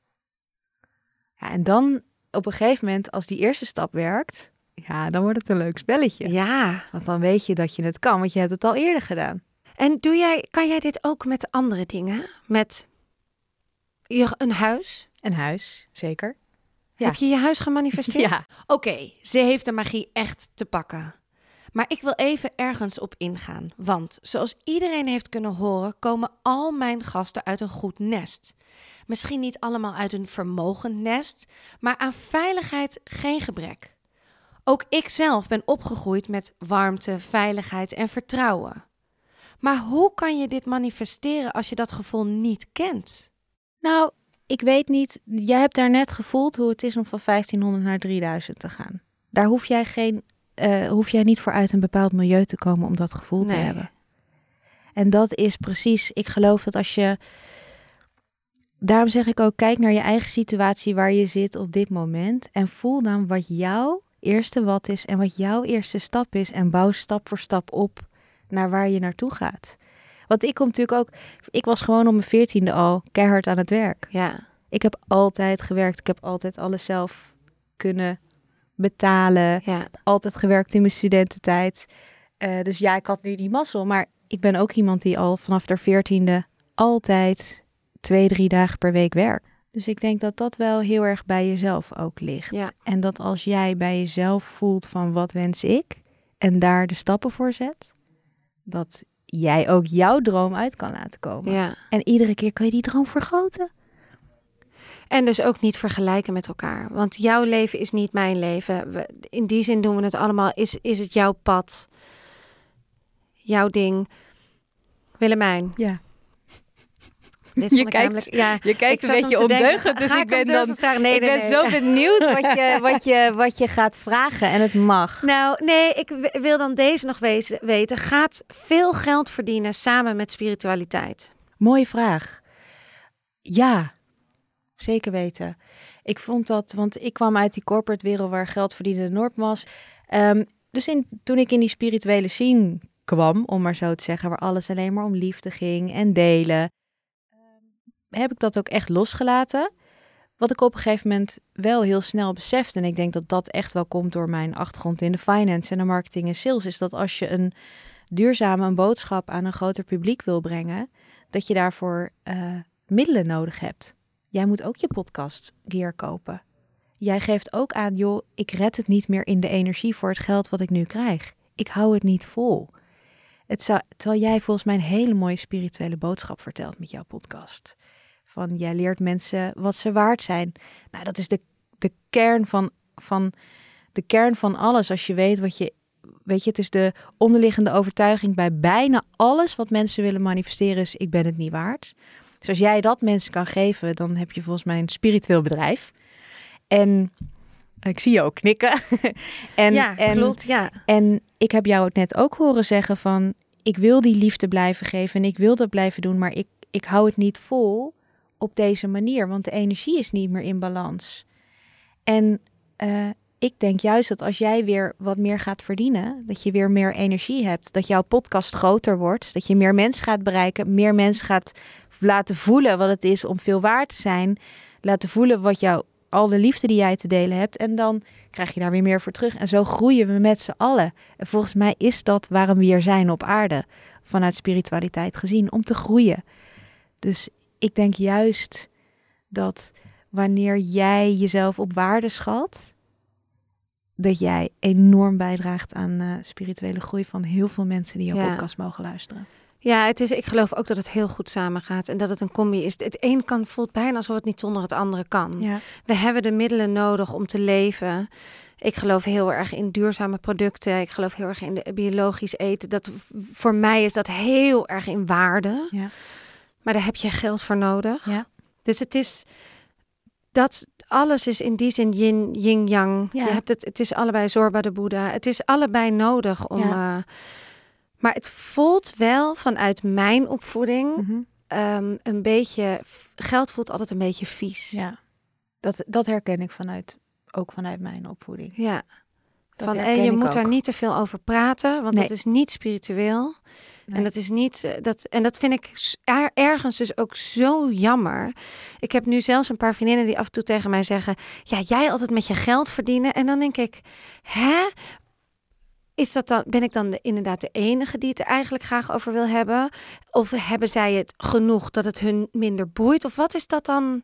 [SPEAKER 2] Ja, en dan op een gegeven moment, als die eerste stap werkt, ja, dan wordt het een leuk spelletje.
[SPEAKER 1] Ja.
[SPEAKER 2] Want dan weet je dat je het kan, want je hebt het al eerder gedaan.
[SPEAKER 1] En doe jij, kan jij dit ook met andere dingen? Met je, een huis?
[SPEAKER 2] Een huis, zeker. Ja.
[SPEAKER 1] Heb je je huis gemanifesteerd?
[SPEAKER 2] Ja.
[SPEAKER 1] Oké, okay, ze heeft de magie echt te pakken. Maar ik wil even ergens op ingaan. Want zoals iedereen heeft kunnen horen, komen al mijn gasten uit een goed nest. Misschien niet allemaal uit een vermogend nest, maar aan veiligheid geen gebrek. Ook ik zelf ben opgegroeid met warmte, veiligheid en vertrouwen. Maar hoe kan je dit manifesteren als je dat gevoel niet kent?
[SPEAKER 2] Nou, ik weet niet, jij hebt daar net gevoeld hoe het is om van vijftienhonderd naar drieduizend te gaan. Daar hoef jij, geen, uh, hoef jij niet voor uit een bepaald milieu te komen om dat gevoel nee. te hebben. En dat is precies, ik geloof dat als je... Daarom zeg ik ook, kijk naar je eigen situatie waar je zit op dit moment. En voel dan wat jouw eerste wat is en wat jouw eerste stap is. En bouw stap voor stap op naar waar je naartoe gaat. Want ik kom natuurlijk ook... Ik was gewoon om mijn veertiende al keihard aan het werk.
[SPEAKER 1] Ja.
[SPEAKER 2] Ik heb altijd gewerkt. Ik heb altijd alles zelf kunnen betalen.
[SPEAKER 1] Ja.
[SPEAKER 2] Altijd gewerkt in mijn studententijd. Uh, dus ja, ik had nu die mazzel. Maar ik ben ook iemand die al vanaf de veertiende altijd twee, drie dagen per week werkt. Dus ik denk dat dat wel heel erg bij jezelf ook ligt.
[SPEAKER 1] Ja.
[SPEAKER 2] En dat als jij bij jezelf voelt van wat wens ik en daar de stappen voor zet, dat jij ook jouw droom uit kan laten komen.
[SPEAKER 1] Ja.
[SPEAKER 2] En iedere keer kan je die droom vergroten.
[SPEAKER 1] En dus ook niet vergelijken met elkaar. Want jouw leven is niet mijn leven. We, in die zin doen we het allemaal. Is, is het jouw pad? Jouw ding? Willemijn.
[SPEAKER 2] Ja.
[SPEAKER 1] Dit
[SPEAKER 2] je,
[SPEAKER 1] vond ik
[SPEAKER 2] kijkt,
[SPEAKER 1] namelijk, ja,
[SPEAKER 2] je kijkt een beetje ondeugend, dus ik ben, dan,
[SPEAKER 1] nee, nee,
[SPEAKER 2] ik ben
[SPEAKER 1] nee.
[SPEAKER 2] zo benieuwd wat je, wat, je, wat je gaat vragen. En het mag.
[SPEAKER 1] Nou, nee, ik w- wil dan deze nog we- weten. Gaat veel geld verdienen samen met spiritualiteit?
[SPEAKER 2] Mooie vraag. Ja, zeker weten. Ik vond dat, want ik kwam uit die corporate wereld waar geld verdienen de norm was. Um, dus in, toen ik in die spirituele scene kwam, om maar zo te zeggen, waar alles alleen maar om liefde ging en delen, heb ik dat ook echt losgelaten. Wat ik op een gegeven moment wel heel snel besefte, en ik denk dat dat echt wel komt door mijn achtergrond in de finance en de marketing en sales, is dat als je een duurzame een boodschap aan een groter publiek wil brengen, dat je daarvoor uh, middelen nodig hebt. Jij moet ook je podcast gear kopen. Jij geeft ook aan, joh, ik red het niet meer in de energie voor het geld wat ik nu krijg. Ik hou het niet vol. Het zou, terwijl jij volgens mij een hele mooie spirituele boodschap vertelt met jouw podcast. Van, jij leert mensen wat ze waard zijn. Nou, dat is de, de, kern van, van, de kern van alles. Als je weet wat je, weet je, het is de onderliggende overtuiging bij bijna alles wat mensen willen manifesteren is, ik ben het niet waard. Dus als jij dat mensen kan geven, dan heb je volgens mij een spiritueel bedrijf. En ik zie je ook knikken. en,
[SPEAKER 1] ja,
[SPEAKER 2] en,
[SPEAKER 1] klopt, ja.
[SPEAKER 2] En ik heb jou het net ook horen zeggen van, ik wil die liefde blijven geven en ik wil dat blijven doen, maar ik, ik hou het niet vol op deze manier, want de energie is niet meer in balans. En uh, ik denk juist dat als jij weer wat meer gaat verdienen, dat je weer meer energie hebt, dat jouw podcast groter wordt, dat je meer mensen gaat bereiken, meer mensen gaat laten voelen wat het is om veel waard te zijn, laten voelen wat jou, al de liefde die jij te delen hebt, en dan krijg je daar weer meer voor terug. En zo groeien we met z'n allen. En volgens mij is dat waarom we hier zijn op aarde, vanuit spiritualiteit gezien, om te groeien. Dus ik denk juist dat wanneer jij jezelf op waarde schat, dat jij enorm bijdraagt aan uh, spirituele groei van heel veel mensen die jouw
[SPEAKER 1] ja.
[SPEAKER 2] podcast mogen luisteren.
[SPEAKER 1] Ja, het is, ik geloof ook dat het heel goed samengaat en dat het een combi is. Het een kan voelt bijna alsof het niet zonder het andere kan.
[SPEAKER 2] Ja.
[SPEAKER 1] We hebben de middelen nodig om te leven. Ik geloof heel erg in duurzame producten. Ik geloof heel erg in de biologisch eten. Dat, voor mij is dat heel erg in waarde.
[SPEAKER 2] Ja.
[SPEAKER 1] Maar daar heb je geld voor nodig.
[SPEAKER 2] Ja.
[SPEAKER 1] Dus het is dat alles is in die zin yin, yin, yang.
[SPEAKER 2] Ja.
[SPEAKER 1] Je hebt het, het is allebei Zorba de Boeddha. Het is allebei nodig om.
[SPEAKER 2] Ja.
[SPEAKER 1] Uh, maar het voelt wel vanuit mijn opvoeding
[SPEAKER 2] Mm-hmm.
[SPEAKER 1] um, een beetje. Geld voelt altijd een beetje vies.
[SPEAKER 2] Ja. Dat, dat herken ik vanuit ook vanuit mijn opvoeding.
[SPEAKER 1] Ja.
[SPEAKER 2] Dat
[SPEAKER 1] Van,
[SPEAKER 2] herken
[SPEAKER 1] en je
[SPEAKER 2] ik
[SPEAKER 1] moet
[SPEAKER 2] ook.
[SPEAKER 1] daar niet te veel over praten, want
[SPEAKER 2] Nee.
[SPEAKER 1] dat is niet spiritueel.
[SPEAKER 2] Nee.
[SPEAKER 1] En dat is niet, uh, dat, en dat vind ik s- er, ergens dus ook zo jammer. Ik heb nu zelfs een paar vriendinnen die af en toe tegen mij zeggen, ja, jij altijd met je geld verdienen. En dan denk ik, hè? Is dat dan, ben ik dan de, inderdaad de enige die het er eigenlijk graag over wil hebben? Of hebben zij het genoeg dat het hun minder boeit? Of wat is dat dan?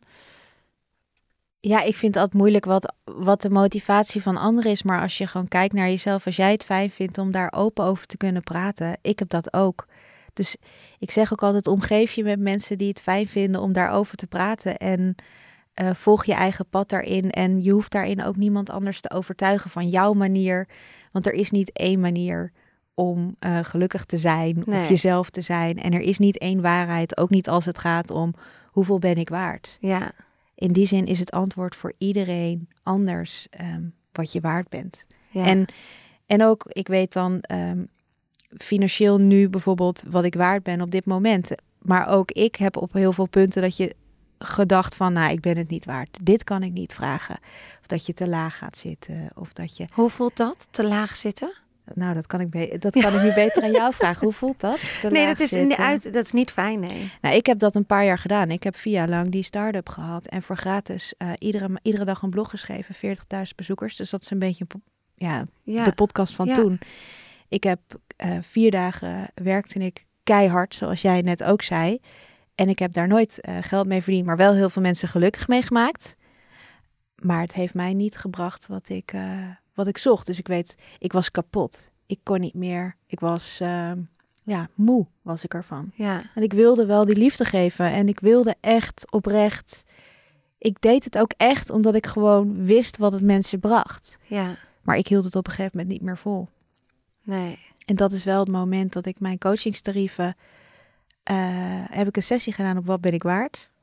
[SPEAKER 2] Ja, ik vind het altijd moeilijk wat, wat de motivatie van anderen is. Maar als je gewoon kijkt naar jezelf, als jij het fijn vindt om daar open over te kunnen praten. Ik heb dat ook. Dus ik zeg ook altijd, omgeef je met mensen die het fijn vinden om daarover te praten. En uh, volg je eigen pad daarin. En je hoeft daarin ook niemand anders te overtuigen van jouw manier. Want er is niet één manier om uh, gelukkig te zijn
[SPEAKER 1] Nee.
[SPEAKER 2] of jezelf te zijn. En er is niet één waarheid, ook niet als het gaat om hoeveel ben ik waard.
[SPEAKER 1] Ja,
[SPEAKER 2] In die zin is het antwoord voor iedereen anders um, wat je waard bent.
[SPEAKER 1] ja.
[SPEAKER 2] En, en ook, ik weet dan um, financieel nu bijvoorbeeld wat ik waard ben op dit moment. Maar ook ik heb op heel veel punten dat je gedacht van, nou, ik ben het niet waard. Dit kan ik niet vragen. Of dat je te laag gaat zitten. Of dat je...
[SPEAKER 1] Hoe voelt dat, te laag zitten?
[SPEAKER 2] Nou, dat kan ik, be- dat kan ik nu beter aan jou vragen. Hoe voelt dat? Te
[SPEAKER 1] Nee,
[SPEAKER 2] laag
[SPEAKER 1] dat is, in
[SPEAKER 2] zitten?
[SPEAKER 1] de uit, dat is niet fijn, nee.
[SPEAKER 2] Nou, ik heb dat een paar jaar gedaan. Ik heb vier jaar lang die start-up gehad. En voor gratis uh, iedere, iedere dag een blog geschreven. veertigduizend bezoekers. Dus dat is een beetje po- ja,
[SPEAKER 1] Ja.
[SPEAKER 2] de podcast van
[SPEAKER 1] Ja.
[SPEAKER 2] toen. Ik heb uh, vier dagen werkte ik keihard, zoals jij net ook zei. En ik heb daar nooit uh, geld mee verdiend. Maar wel heel veel mensen gelukkig mee gemaakt. Maar het heeft mij niet gebracht wat ik, uh, wat ik zocht. Dus ik weet, ik was kapot. Ik kon niet meer. Ik was... Uh, Ja, moe was ik ervan.
[SPEAKER 1] Ja.
[SPEAKER 2] En ik wilde wel die liefde geven. En ik wilde echt oprecht... Ik deed het ook echt omdat ik gewoon wist wat het mensen bracht.
[SPEAKER 1] Ja,
[SPEAKER 2] Maar ik hield het op een gegeven moment niet meer vol.
[SPEAKER 1] nee.
[SPEAKER 2] En dat is wel het moment dat ik mijn coachingstarieven... Uh, heb ik een sessie gedaan op Wat ben ik waard?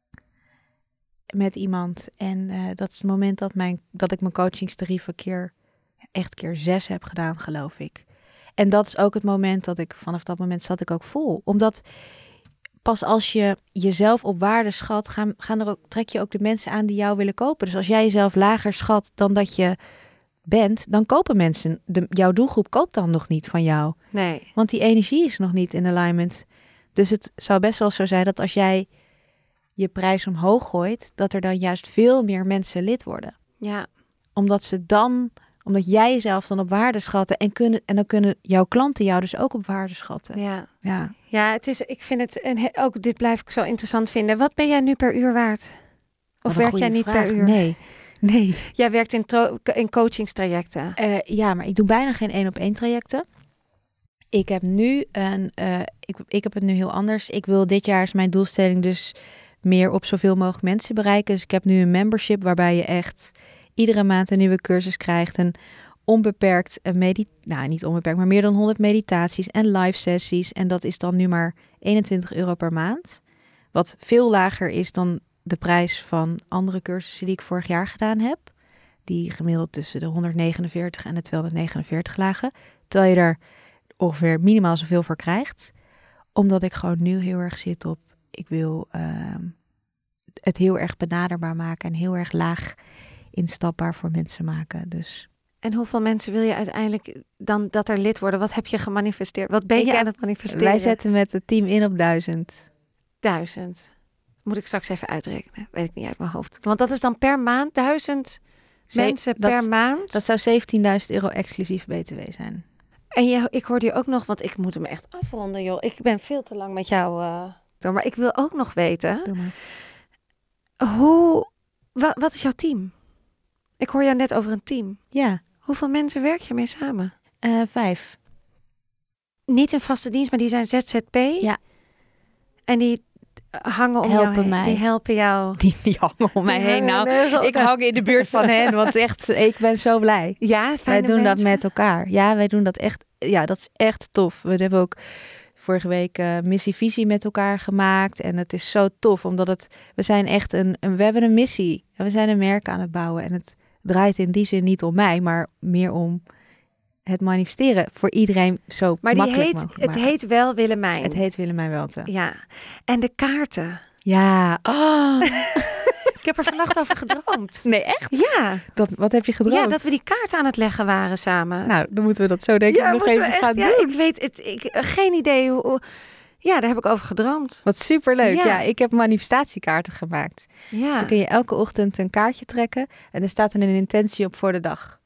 [SPEAKER 2] Met iemand. En uh, dat is het moment dat, mijn, dat ik mijn coachingstarieven keer... echt keer zes heb gedaan, geloof ik. En dat is ook het moment dat ik, vanaf dat moment zat ik ook vol. Omdat pas als je jezelf op waarde schat, gaan, gaan er ook, trek je ook de mensen aan die jou willen kopen. Dus als jij jezelf lager schat dan dat je bent, dan kopen mensen. De, jouw doelgroep koopt dan nog niet van jou.
[SPEAKER 1] Nee.
[SPEAKER 2] Want die energie is nog niet in alignment. Dus het zou best wel zo zijn dat als jij je prijs omhoog gooit, dat er dan juist veel meer mensen lid worden.
[SPEAKER 1] Ja.
[SPEAKER 2] Omdat ze dan... Omdat jij jezelf dan op waarde schatten. En, kunnen, en dan kunnen jouw klanten jou dus ook op waarde schatten.
[SPEAKER 1] Ja.
[SPEAKER 2] Ja,
[SPEAKER 1] Ja, het is, ik vind het, en he- ook dit blijf ik zo interessant vinden. Wat ben jij nu per uur waard? Of werk jij niet
[SPEAKER 2] vraag.
[SPEAKER 1] per uur?
[SPEAKER 2] Nee, nee.
[SPEAKER 1] Jij werkt in, to- in coachingstrajecten.
[SPEAKER 2] Uh, ja, maar ik doe bijna geen één op één trajecten. Ik heb nu een, uh, ik, ik heb het nu heel anders. Ik wil dit jaar is mijn doelstelling dus meer op zoveel mogelijk mensen bereiken. Dus ik heb nu een membership waarbij je echt iedere maand een nieuwe cursus krijgt. En onbeperkt, een medi- nou niet onbeperkt, maar meer dan honderd meditaties en live sessies. En dat is dan nu maar eenentwintig euro per maand. Wat veel lager is dan de prijs van andere cursussen die ik vorig jaar gedaan heb. Die gemiddeld tussen de honderdnegenenveertig en de tweehonderdnegenenveertig lagen. Terwijl je er ongeveer minimaal zoveel voor krijgt. Omdat ik gewoon nu heel erg zit op, ik wil uh, het heel erg benaderbaar maken en heel erg laag instapbaar voor mensen maken. Dus.
[SPEAKER 1] En hoeveel mensen wil je uiteindelijk dan dat er lid worden? Wat heb je gemanifesteerd? Wat ben
[SPEAKER 2] Ik
[SPEAKER 1] je
[SPEAKER 2] heb,
[SPEAKER 1] aan het manifesteren?
[SPEAKER 2] Wij zetten met het team in op duizend.
[SPEAKER 1] Duizend. Moet ik straks even uitrekenen. Weet ik niet uit mijn hoofd. Want dat is dan per maand duizend Ze- mensen
[SPEAKER 2] dat,
[SPEAKER 1] per maand.
[SPEAKER 2] Dat zou zeventienduizend euro exclusief B T W zijn.
[SPEAKER 1] En je, ik hoorde je ook nog, want ik moet hem echt afronden, joh. Ik ben veel te lang met jou uh, door. Maar ik wil ook nog weten.
[SPEAKER 2] Doe maar.
[SPEAKER 1] Hoe, wa, wat is jouw team? Ik hoor jou net over een team.
[SPEAKER 2] Ja.
[SPEAKER 1] Hoeveel mensen werk je mee samen?
[SPEAKER 2] Uh, vijf.
[SPEAKER 1] Niet in vaste dienst, maar die zijn Z Z P?
[SPEAKER 2] Ja.
[SPEAKER 1] En die hangen om
[SPEAKER 2] helpen
[SPEAKER 1] jou heen.
[SPEAKER 2] mij.
[SPEAKER 1] Die helpen jou.
[SPEAKER 2] Die, die hangen om mij
[SPEAKER 1] Die
[SPEAKER 2] heen. Nou,
[SPEAKER 1] hangen-
[SPEAKER 2] ik hang in de buurt van hen, want echt, ik ben zo blij.
[SPEAKER 1] Ja,
[SPEAKER 2] Wij
[SPEAKER 1] fijne
[SPEAKER 2] doen dat
[SPEAKER 1] mensen.
[SPEAKER 2] met elkaar. Ja, wij doen dat echt. Ja, dat is echt tof. We hebben ook vorige week uh, missie-visie met elkaar gemaakt. En het is zo tof, omdat het, we zijn echt een, een, we hebben een missie. En we zijn een merk aan het bouwen. En het draait in die zin niet om mij, maar meer om het manifesteren voor iedereen zo
[SPEAKER 1] Maar die
[SPEAKER 2] makkelijk
[SPEAKER 1] heet,
[SPEAKER 2] mogelijk
[SPEAKER 1] het
[SPEAKER 2] maken.
[SPEAKER 1] heet wel Willemijn.
[SPEAKER 2] Het heet Willemijn Welte.
[SPEAKER 1] Ja. En de kaarten.
[SPEAKER 2] Ja. Oh.
[SPEAKER 1] Ik heb er vannacht over gedroomd.
[SPEAKER 2] Nee, echt?
[SPEAKER 1] Ja.
[SPEAKER 2] Dat, wat heb je gedroomd?
[SPEAKER 1] Ja, dat we die kaarten aan het leggen waren samen.
[SPEAKER 2] Nou, dan moeten we dat zo denk ik
[SPEAKER 1] ja,
[SPEAKER 2] nog
[SPEAKER 1] moeten
[SPEAKER 2] even
[SPEAKER 1] we echt-
[SPEAKER 2] gaan
[SPEAKER 1] ja,
[SPEAKER 2] doen.
[SPEAKER 1] ik weet het. Ik, geen idee hoe, hoe... Ja, daar heb ik over gedroomd.
[SPEAKER 2] Wat superleuk.
[SPEAKER 1] Ja.
[SPEAKER 2] Ja. ik heb manifestatiekaarten gemaakt. Dus
[SPEAKER 1] Ja.
[SPEAKER 2] dan kun je elke ochtend een kaartje trekken. En er staat er een intentie op voor de dag.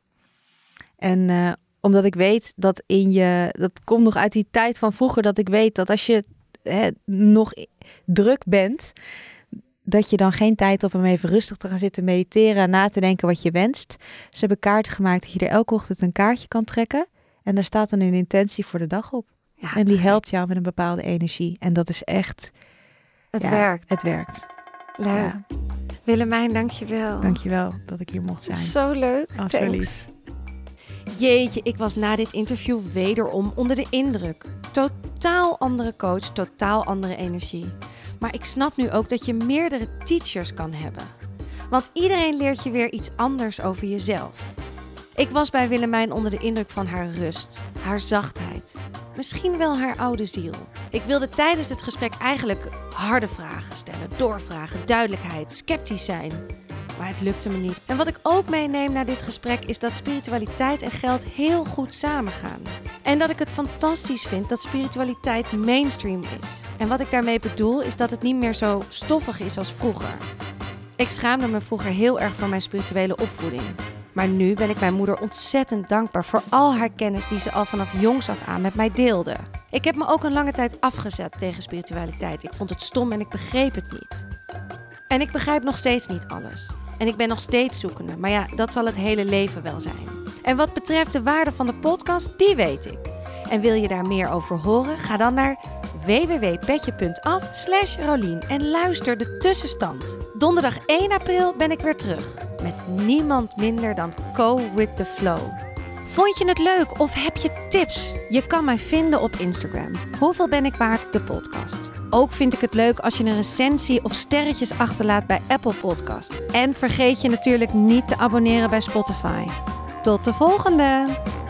[SPEAKER 2] En uh, omdat ik weet dat in je... Dat komt nog uit die tijd van vroeger. Dat ik weet dat als je hè, nog druk bent... dat je dan geen tijd hebt om even rustig te gaan zitten mediteren... en na te denken wat je wenst. Ze hebben kaarten gemaakt dat je er elke ochtend een kaartje kan trekken. En daar staat dan een intentie voor de dag op.
[SPEAKER 1] Ja,
[SPEAKER 2] En die helpt jou met een bepaalde energie. En dat is echt...
[SPEAKER 1] het
[SPEAKER 2] ja,
[SPEAKER 1] werkt.
[SPEAKER 2] Het werkt.
[SPEAKER 1] Leuk.
[SPEAKER 2] Ja.
[SPEAKER 1] Willemijn, dankjewel.
[SPEAKER 2] Dankjewel dat ik hier mocht zijn.
[SPEAKER 1] Zo leuk.
[SPEAKER 2] Oh, zo
[SPEAKER 1] Thanks.
[SPEAKER 2] lief.
[SPEAKER 1] Jeetje, ik was na dit interview wederom onder de indruk. Totaal andere coach, totaal andere energie. Maar ik snap nu ook dat je meerdere teachers kan hebben. Want iedereen leert je weer iets anders over jezelf. Ik was bij Willemijn onder de indruk van haar rust, haar zachtheid. Misschien wel haar oude ziel. Ik wilde tijdens het gesprek eigenlijk harde vragen stellen, doorvragen, duidelijkheid, sceptisch zijn. Maar het lukte me niet. En wat ik ook meeneem na dit gesprek is dat spiritualiteit en geld heel goed samengaan. En dat ik het fantastisch vind dat spiritualiteit mainstream is. En wat ik daarmee bedoel is dat het niet meer zo stoffig is als vroeger. Ik schaamde me vroeger heel erg voor mijn spirituele opvoeding. Maar nu ben ik mijn moeder ontzettend dankbaar voor al haar kennis die ze al vanaf jongs af aan met mij deelde. Ik heb me ook een lange tijd afgezet tegen spiritualiteit. Ik vond het stom en ik begreep het niet. En ik begrijp nog steeds niet alles. En ik ben nog steeds zoekende. Maar ja, dat zal het hele leven wel zijn. En wat betreft de waarde van de podcast, die weet ik. En wil je daar meer over horen? Ga dan naar www.petje.af slash Rolien en luister de tussenstand. Donderdag één april ben ik weer terug. Met niemand minder dan Go With The Flow. Vond je het leuk of heb je tips? Je kan mij vinden op Instagram. Hoeveel ben ik waard? De podcast. Ook vind ik het leuk als je een recensie of sterretjes achterlaat bij Apple Podcast. En vergeet je natuurlijk niet te abonneren bij Spotify. Tot de volgende!